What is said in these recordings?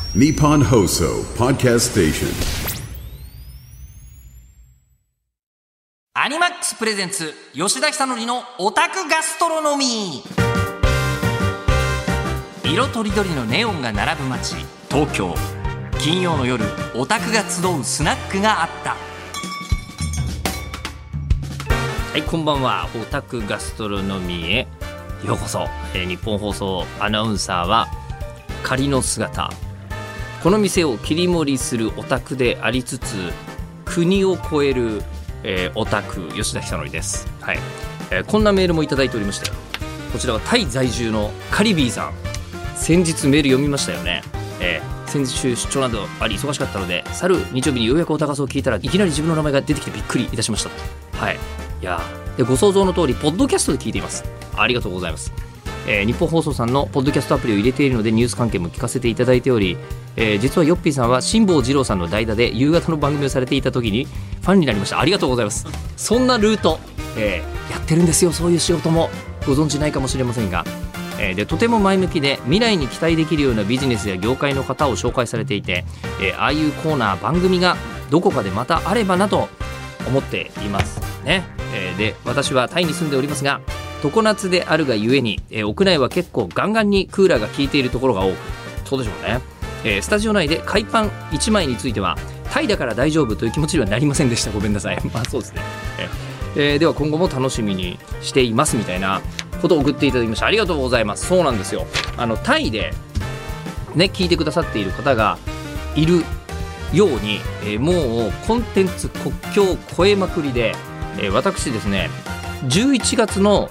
Nippon Hoso Podcast Station。 アニマックスプレゼンツ吉田久典のオタクガストロノミー。色とりどりのネオンが並ぶ街東京。金曜の夜、オタクが集うスナックがあった。はい、こんばんは。オタクガストロノミーへようこそ。日本放送アナウンサーは仮の姿。この店を切り盛りするオタクでありつつ国を超える、オタク吉田久典です。はい、こんなメールもいただいておりまして、こちらはタイ在住のカリビーさん。先日メール読みましたよね。先週出張などあり忙しかったので、去る日曜日にようやくオタガスを聞いたらいきなり自分の名前が出てきてびっくりいたしました。はい、いやでご想像の通りポッドキャストで聞いています。ありがとうございます。日本放送さんのポッドキャストアプリを入れているのでニュース関係も聞かせていただいており、実はヨッピーさんは辛坊治郎さんの代打で夕方の番組をされていた時にファンになりました。ありがとうございます。そんなルート、やってるんですよ。そういう仕事もご存知ないかもしれませんが、でとても前向きで未来に期待できるようなビジネスや業界の方を紹介されていて、ああいうコーナー番組がどこかでまたあればなと思っていますね。で私はタイに住んでおりますが、常夏であるがゆえに、屋内は結構ガンガンにクーラーが効いているところが多く、そうでしょうね。スタジオ内で海パン1枚についてはタイだから大丈夫という気持ちにはなりませんでした。ごめんなさい。まあそうですね。では今後も楽しみにしていますみたいなことを送っていただきました。ありがとうございます。そうなんですよ。タイでね聞いてくださっている方がいるように、もうコンテンツ国境を越えまくりで、私ですね11月の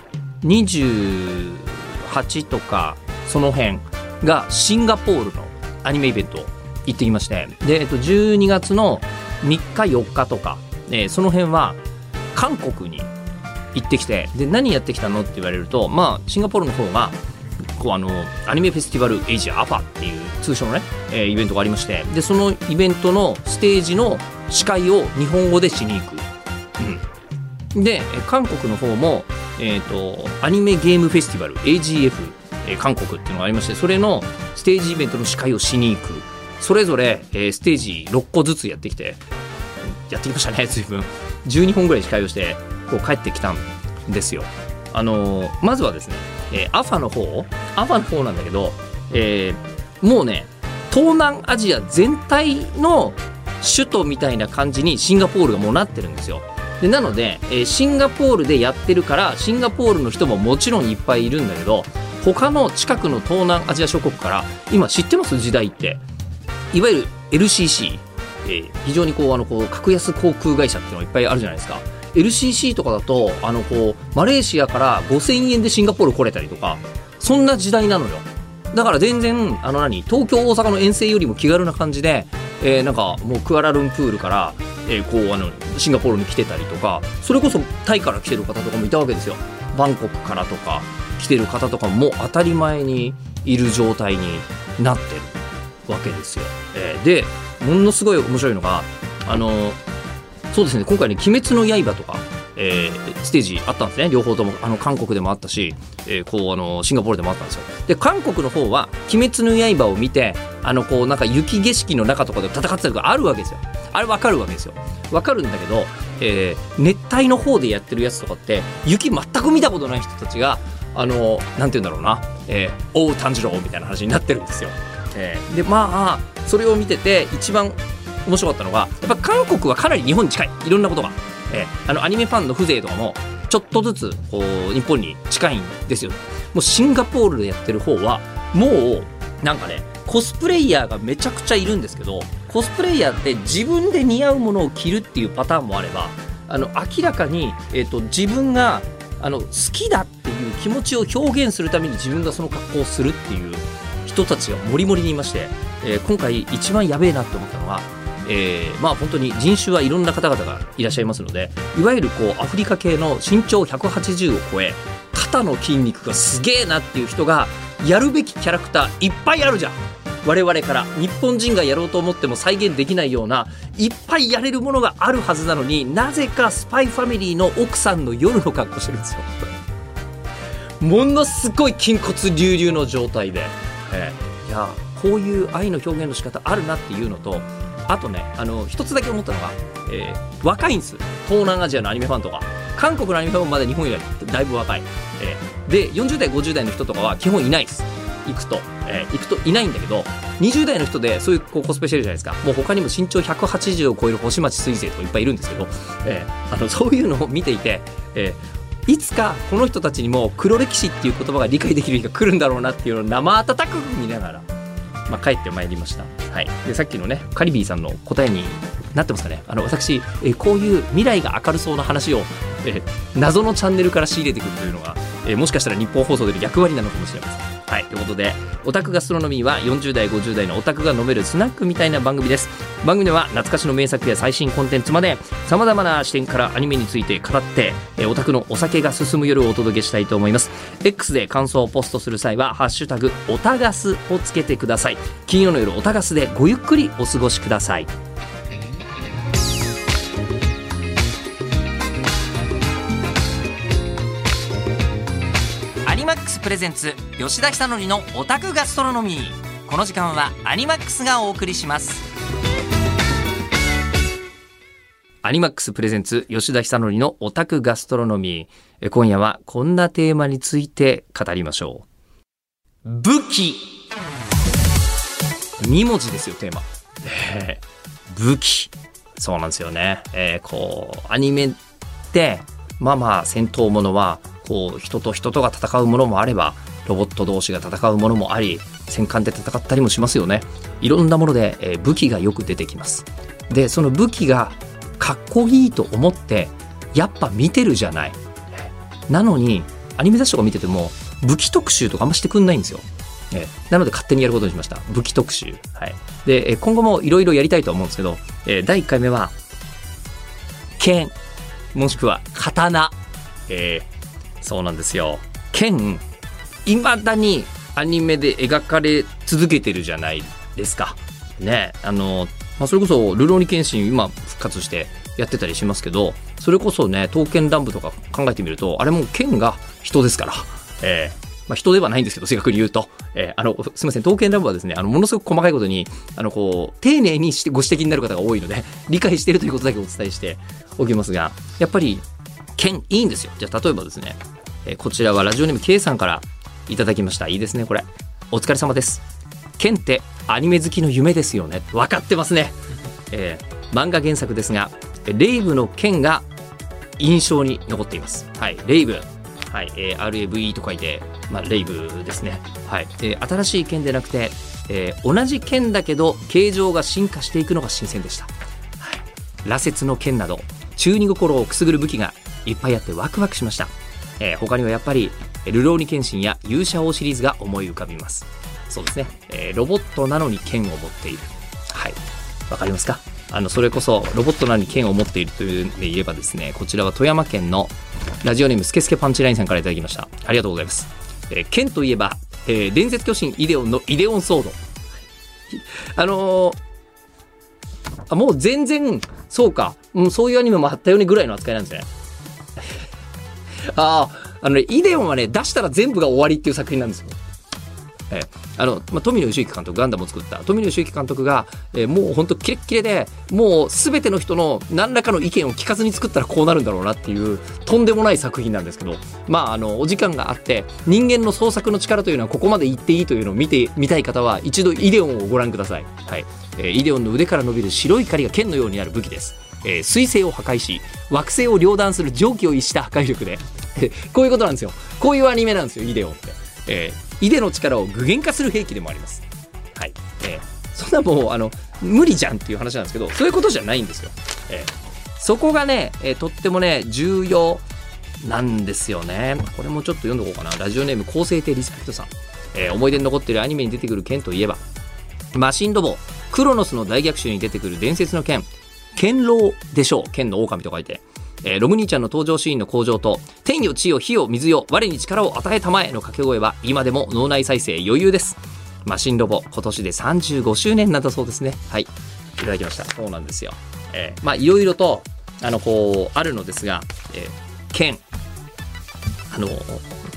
28とかその辺がシンガポールのアニメイベント行ってきまして、で、12月の3日4日とか、その辺は韓国に行ってきて、で何やってきたのって言われると、まあシンガポールの方がこうアニメフェスティバルエイジアファっていう通称のね、イベントがありまして、でそのイベントのステージの司会を日本語でしに行く、で韓国の方も、アニメゲームフェスティバル AGF、韓国っていうのがありまして、それのステージイベントの司会をしに行く。それぞれ、ステージ6個ずつやってきましたね。随分12本ぐらい司会をしてこう帰ってきたんですよ。まずはですね、アファの方なんだけど、もうね東南アジア全体の首都みたいな感じにシンガポールがもうなってるんですよ。でなので、シンガポールでやってるからシンガポールの人ももちろんいっぱいいるんだけど、他の近くの東南アジア諸国から今知ってます？時代っていわゆる LCC、非常にこう格安航空会社っていうのがいっぱいあるじゃないですか。 LCC とかだとマレーシアから5000円でシンガポール来れたりとか、そんな時代なのよ。だから全然東京大阪の遠征よりも気軽な感じで、なんかもうクアラルンプールから、シンガポールに来てたりとか、それこそタイから来てる方とかもいたわけですよ。バンコクからとか来てる方とかも当たり前にいる状態になってるわけですよ。でものすごい面白いのがそうですね、今回ね鬼滅の刃とか、ステージあったんですね。両方とも韓国でもあったし、シンガポールでもあったんですよ。で韓国の方は鬼滅の刃を見てなんか雪景色の中とかで戦ってたりとかあるわけですよ。あれ分かるわけですよ。分かるんだけど、熱帯の方でやってるやつとかって雪全く見たことない人たちがなんて言うんだろうな、おう炭治郎みたいな話になってるんですよ。でまあそれを見てて一番面白かったのが、やっぱ韓国はかなり日本に近い、いろんなことが、アニメファンの風情とかもちょっとずつこう日本に近いんですよ。もうシンガポールでやってる方はもうなんかねコスプレイヤーがめちゃくちゃいるんですけど、コスプレイヤーって自分で似合うものを着るっていうパターンもあれば、明らかに、自分が好きだっていう気持ちを表現するために自分がその格好をするっていう人たちがもりもりにいまして、今回一番やべえなって思ったのは、まあ本当に人種はいろんな方々がいらっしゃいますので、いわゆるこうアフリカ系の身長180を超え肩の筋肉がすげえなっていう人がやるべきキャラクターいっぱいあるじゃん。我々から日本人がやろうと思っても再現できないようないっぱいやれるものがあるはずなのに、なぜかスパイファミリーの奥さんの夜の格好してるんですよ。ものすごい筋骨隆々の状態で、いやこういう愛の表現の仕方あるなっていうのと、あとね一つだけ思ったのが、若いんです。東南アジアのアニメファンとか韓国のアニメファンもまだ日本よりだいぶ若い、で40代50代の人とかは基本いないです。行くといないんだけど、20代の人でそういうコスプレしてるじゃないですか。もう他にも身長180を超える星町彗星とかいっぱいいるんですけど、そういうのを見ていて、いつかこの人たちにも黒歴史っていう言葉が理解できる日が来るんだろうなっていうのを生温かく見ながら、帰ってまいりました。はい、でさっきのねカリビーさんの答えになってますかね。私、こういう未来が明るそうな話を、謎のチャンネルから仕入れてくるというのが、もしかしたら日本放送での役割なのかもしれません。はい、ということでオタクガストロノミーは40代50代のオタクが飲めるスナックみたいな番組です。番組では懐かしの名作や最新コンテンツまでさまざまな視点からアニメについて語って、オタクのお酒が進む夜をお届けしたいと思います。 X で感想をポストする際はハッシュタグオタガスをつけてください。金曜の夜オタガスでごゆっくりお過ごしください。アニマックスプレゼンツ吉田久典のオタクガストロノミー。この時間はアニマックスがお送りします。アニマックスプレゼンツ吉田久典のオタクガストロノミー。今夜はこんなテーマについて語りましょう。武器。2文字ですよテーマ、武器。そうなんですよね。アニメって戦闘ものは人と人とが戦うものもあれば、ロボット同士が戦うものもあり、戦艦で戦ったりもしますよね。いろんなもので、武器がよく出てきます。でその武器がかっこいいと思ってやっぱ見てるじゃない。なのにアニメ雑誌とか見てても武器特集とかあんましてくんないんですよ。なので勝手にやることにしました。武器特集、で今後もいろいろやりたいと思うんですけど、第1回目は剣もしくは刀、そうなんですよ。剣いまだにアニメで描かれ続けてるじゃないですかね。それこそルローニケンシン今復活してやってたりしますけど、それこそね刀剣乱舞とか考えてみるとあれも剣が人ですから、人ではないんですけど正確に言うと、すいません、刀剣乱舞はですねものすごく細かいことに丁寧にしてご指摘になる方が多いので理解しているということだけお伝えしておきますが、やっぱり剣いいんですよ。じゃあ例えばですね、こちらはラジオネーム K さんからいただきました。いいですねこれ。お疲れ様です。剣ってアニメ好きの夢ですよね。分かってますね。漫画原作ですがレイブの剣が印象に残っています。レイブ、RAVE と書いて、レイブですね。新しい剣でなくて、同じ剣だけど形状が進化していくのが新鮮でした。羅刹の剣など中二心をくすぐる武器がいっぱいあってワクワクしました。他にはやっぱりルローニケンシンや勇者王シリーズが思い浮かびます。そうですね、ロボットなのに剣を持っている。わかりますか。それこそロボットなのに剣を持っているというので言えばですね、こちらは富山県のラジオネームスケスケパンチラインさんからいただきました。ありがとうございます。剣といえば、伝説巨神イデオンのイデオンソード。もう全然そうか、そういうアニメもあったよねぐらいの扱いなんですね。イデオンはね出したら全部が終わりっていう作品なんですよ。富野義行監督、ガンダムを作った富野義行監督が、もう本当キレッキレで、もう全ての人の何らかの意見を聞かずに作ったらこうなるんだろうなっていうとんでもない作品なんですけど、お時間があって人間の創作の力というのはここまで言っていいというのを見たい方は一度イデオンをご覧ください。イデオンの腕から伸びる白い光が剣のようになる武器です。水星を破壊し惑星を両断する蒸気を逸した破壊力でこういうことなんですよ。こういうアニメなんですよイデオンって。イデの力を具現化する兵器でもあります。そんなもう無理じゃんっていう話なんですけど、そういうことじゃないんですよ。そこがね、とってもね重要なんですよね。これもちょっと読んどこうかな。ラジオネーム構成帝リスペクトさん、思い出に残っているアニメに出てくる剣といえばマシンロボクロノスの大逆襲に出てくる伝説の剣剣狼でしょう。剣の狼と書いて、ロム兄ちゃんの登場シーンの向上と天よ地よ火よ水よ我に力を与えたまえの掛け声は今でも脳内再生余裕です。マシンロボ今年で35周年なんだそうですね。いただきました。そうなんですよ。いろいろとあるのですが、剣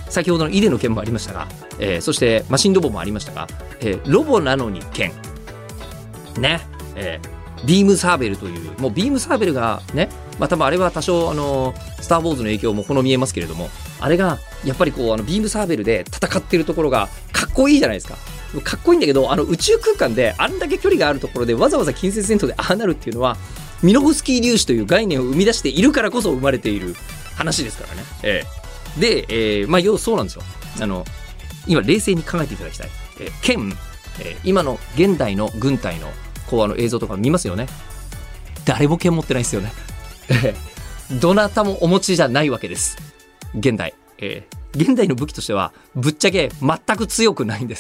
先ほどのイデの剣もありましたが、そしてマシンロボもありましたが、ロボなのに剣ね、ビームサーベルという、もうビームサーベルがね、多分あれは多少スター・ウォーズの影響も好みえますけれども、あれがやっぱりこうビームサーベルで戦ってるところがかっこいいじゃないですか。かっこいいんだけど、宇宙空間であんだけ距離があるところでわざわざ近接戦闘でああなるっていうのは、ミノフスキー粒子という概念を生み出しているからこそ生まれている話ですからね。で、要はそうなんですよ。今冷静に考えていただきたい。剣、今の現代の軍隊のこう映像とか見ますよね。誰も剣持ってないですよね。どなたもお持ちじゃないわけです。現代。現代の武器としてはぶっちゃけ全く強くないんです。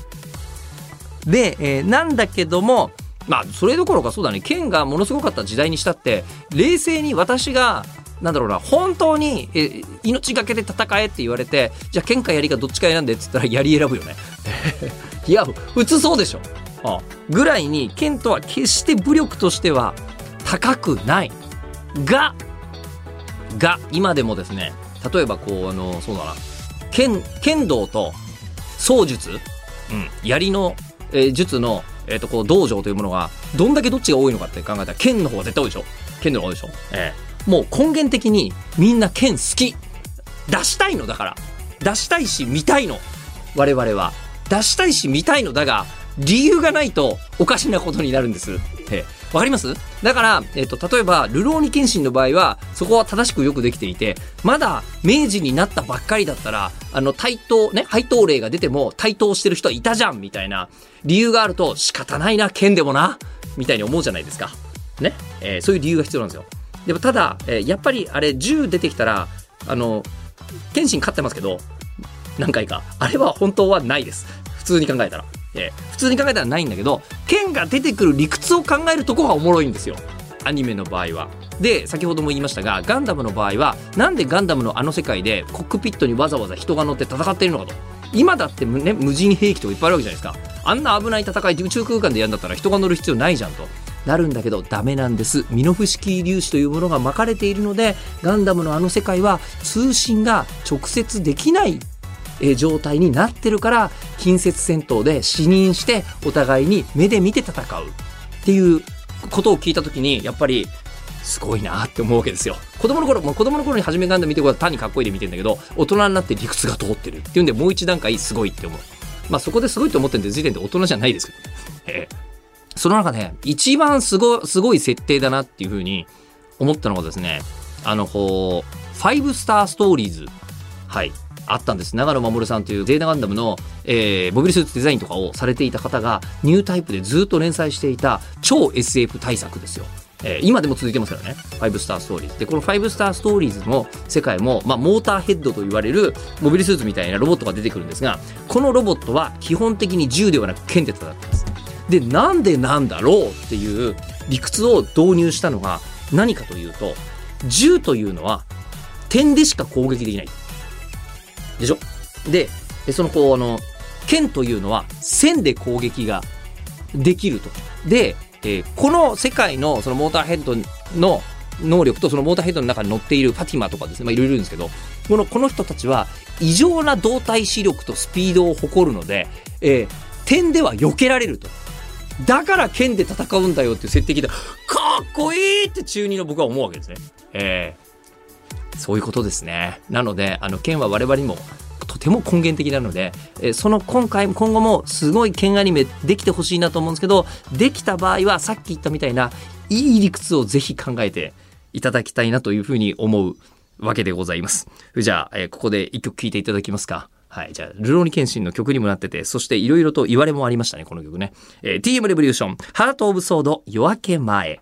で、なんだけども、それどころかそうだね、剣がものすごかった時代にしたって、冷静に私が本当に、命がけで戦えって言われて、じゃあ剣か槍かどっちか選んでって言ったら槍選ぶよね。いや普通そうでしょ。ぐらいに剣とは決して武力としては高くないが今でもですね、例えばこうそうだな、剣道と槍術、槍の、術の、こう道場というものがどんだけどっちが多いのかって考えたら剣の方が絶対多いでしょ。剣の方が多いでしょ。もう根源的にみんな剣好き、出したいのだから、出したいし見たいの、我々は出したいし見たいのだが、理由がないとおかしなことになるんです。わかります？だから、例えばルローニケンシンの場合はそこは正しくよくできていて、まだ明治になったばっかりだったら対等ね、配当例が出ても対等してる人はいたじゃんみたいな理由があると、仕方ないな剣でもなみたいに思うじゃないですかね。そういう理由が必要なんですよ。でもただ、やっぱりあれ銃出てきたら謙信勝ってますけど、何回かあれは本当はないです。普通に考えたら、普通に考えたらないんだけど、剣が出てくる理屈を考えるとこがおもろいんですよ、アニメの場合は。で、先ほども言いましたが、ガンダムの場合はなんでガンダムの世界でコックピットにわざわざ人が乗って戦っているのかと。今だってね、無人兵器とかいっぱいあるわけじゃないですか。あんな危ない戦い宇宙空間でやるんだったら人が乗る必要ないじゃんとなるんだけど、ダメなんです。ミノフスキー粒子というものが巻かれているので、ガンダムの世界は通信が直接できない状態になってるから、近接戦闘で視認してお互いに目で見て戦うっていうことを聞いた時に、やっぱりすごいなって思うわけですよ。子供の頃に初めガンダム見てこれ単にかっこいいで見てるんだけど、大人になって理屈が通ってるっていうんで、もう一段階すごいって思う。そこですごいと思ってる時点で大人じゃないですけどね。その中で一番すごい設定だなっていう風に思ったのがですね、5スターストーリーズ、あったんです。長野守さんというゼータガンダムの、モビルスーツデザインとかをされていた方がニュータイプでずっと連載していた超 SF 大作ですよ。今でも続いてますからね、5スターストーリーズで。この5スターストーリーズの世界も、モーターヘッドと言われるモビルスーツみたいなロボットが出てくるんですが、このロボットは基本的に銃ではなく剣で戦ってます。で、なんでなんだろうっていう理屈を導入したのが何かというと、銃というのは点でしか攻撃できないでしょ。で、その剣というのは線で攻撃ができると。で、この世界のそのモーターヘッドの能力と、そのモーターヘッドの中に乗っているファティマとかですね、いろいろいるんですけど、この人たちは異常な動体視力とスピードを誇るので、点では避けられると。だから剣で戦うんだよっていう設定聞いたら、かっこいいって中二の僕は思うわけですね。そういうことですね。なので剣は我々にもとても根源的なので、今後もすごい剣アニメできてほしいなと思うんですけど、できた場合はさっき言ったみたいないい理屈をぜひ考えていただきたいなというふうに思うわけでございます。じゃあ、ここで一曲聴いていただきますか。じゃあルローニケンシンの曲にもなってて、そしていろいろと言われもありましたね、この曲ね。TM レボリューションハートオブソード夜明け前。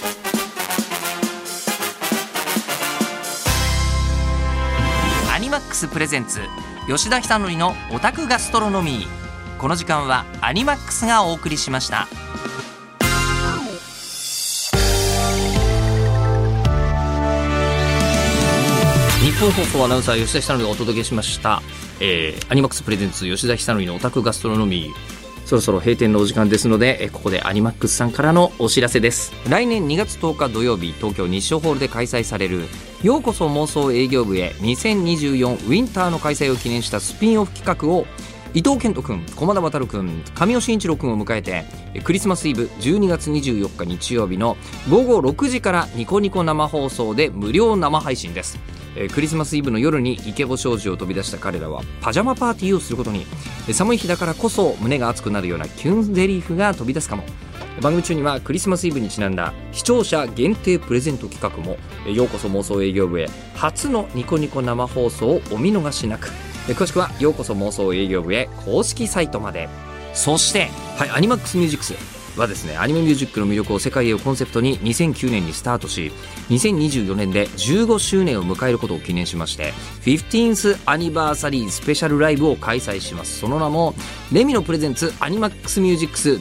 アニマックスプレゼンツ吉田久典のオタクガストロノミー。この時間はアニマックスがお送りしました。日本放送アナウンサー吉田久典がお届けしました、アニマックスプレゼンツ吉田久典のオタクガストロノミー。そろそろ閉店のお時間ですので、ここでアニマックスさんからのお知らせです。来年2月10日土曜日、東京日照ホールで開催されるようこそ妄想営業部へ2024ウィンターの開催を記念したスピンオフ企画を伊藤健人君、駒田渉君、神尾慎一郎君を迎えてクリスマスイブ12月24日日曜日の午後6時からニコニコ生放送で無料生配信です。クリスマスイブの夜にイケボ障子を飛び出した彼らはパジャマパーティーをすることに、寒い日だからこそ胸が熱くなるようなキュンゼリフが飛び出すかも。番組中にはクリスマスイブにちなんだ視聴者限定プレゼント企画も。ようこそ妄想営業部へ初のニコニコ生放送をお見逃しなく。詳しくはようこそ妄想営業部へ公式サイトまで。そして、アニマックスミュージックスはですね、アニメミュージックの魅力を世界へをコンセプトに2009年にスタートし、2024年で15周年を迎えることを記念しまして 15th アニバーサリースペシャルライブを開催します。その名もレミのプレゼンツアニマックスミュージックス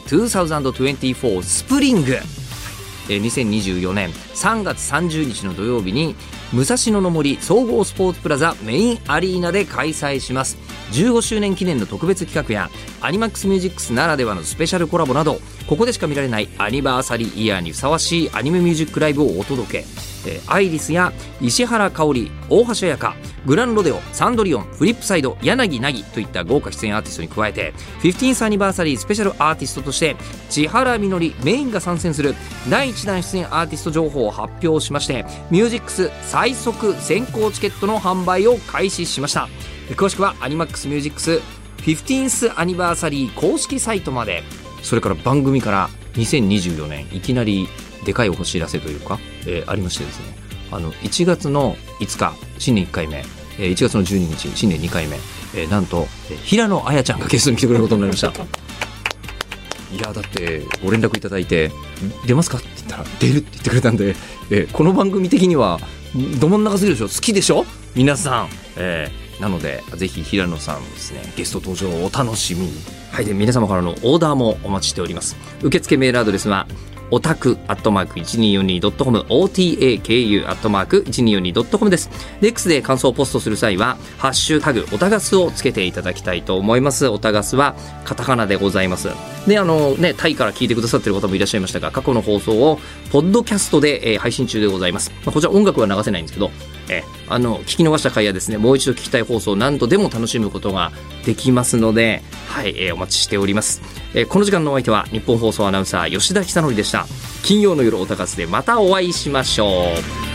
2024スプリング。2024年3月30日の土曜日に武蔵野の森総合スポーツプラザメインアリーナで開催します。15周年記念の特別企画やアニマックスミュージックスならではのスペシャルコラボなど、ここでしか見られないアニバーサリーイヤーにふさわしいアニメミュージックライブをお届け。アイリスや石原香織、大橋彩香、グランロデオ、サンドリオン、フリップサイド、柳凪といった豪華出演アーティストに加えて 15th アニバーサリースペシャルアーティストとして千原みのりメインが参戦する第1弾出演アーティスト情報を発表しまして、ミュージックス最速先行チケットの販売を開始しました。詳しくはアニマックスミュージックス 15th アニバーサリー公式サイトまで。それから番組から2024年いきなりでかいお知らせというか、ありましてですね、1月の5日新年1回目、1月の12日新年2回目、なんと、平野綾ちゃんがゲストに来てくれることになりました。いやだってご連絡いただいて出ますかって言ったら出るって言ってくれたんで、この番組的にはど真ん中すぎるでしょ、好きでしょ皆さん、なのでぜひ平野さんですね、ゲスト登場をお楽しみに。で皆様からのオーダーもお待ちしております。受付メールアドレスはオタク@1242.com otaku@1242.com です。で X で感想をポストする際はハッシュタグオタガスをつけていただきたいと思います。オタガスはカタカナでございます。でタイから聞いてくださっている方もいらっしゃいましたが、過去の放送をポッドキャストで、配信中でございます。こちら音楽は流せないんですけど、聞き逃した回やですね、もう一度聞きたい放送を何度でも楽しむことができますので、お待ちしております。この時間のお相手は日本放送アナウンサー吉田久典でした。金曜の夜オタガスでまたお会いしましょう。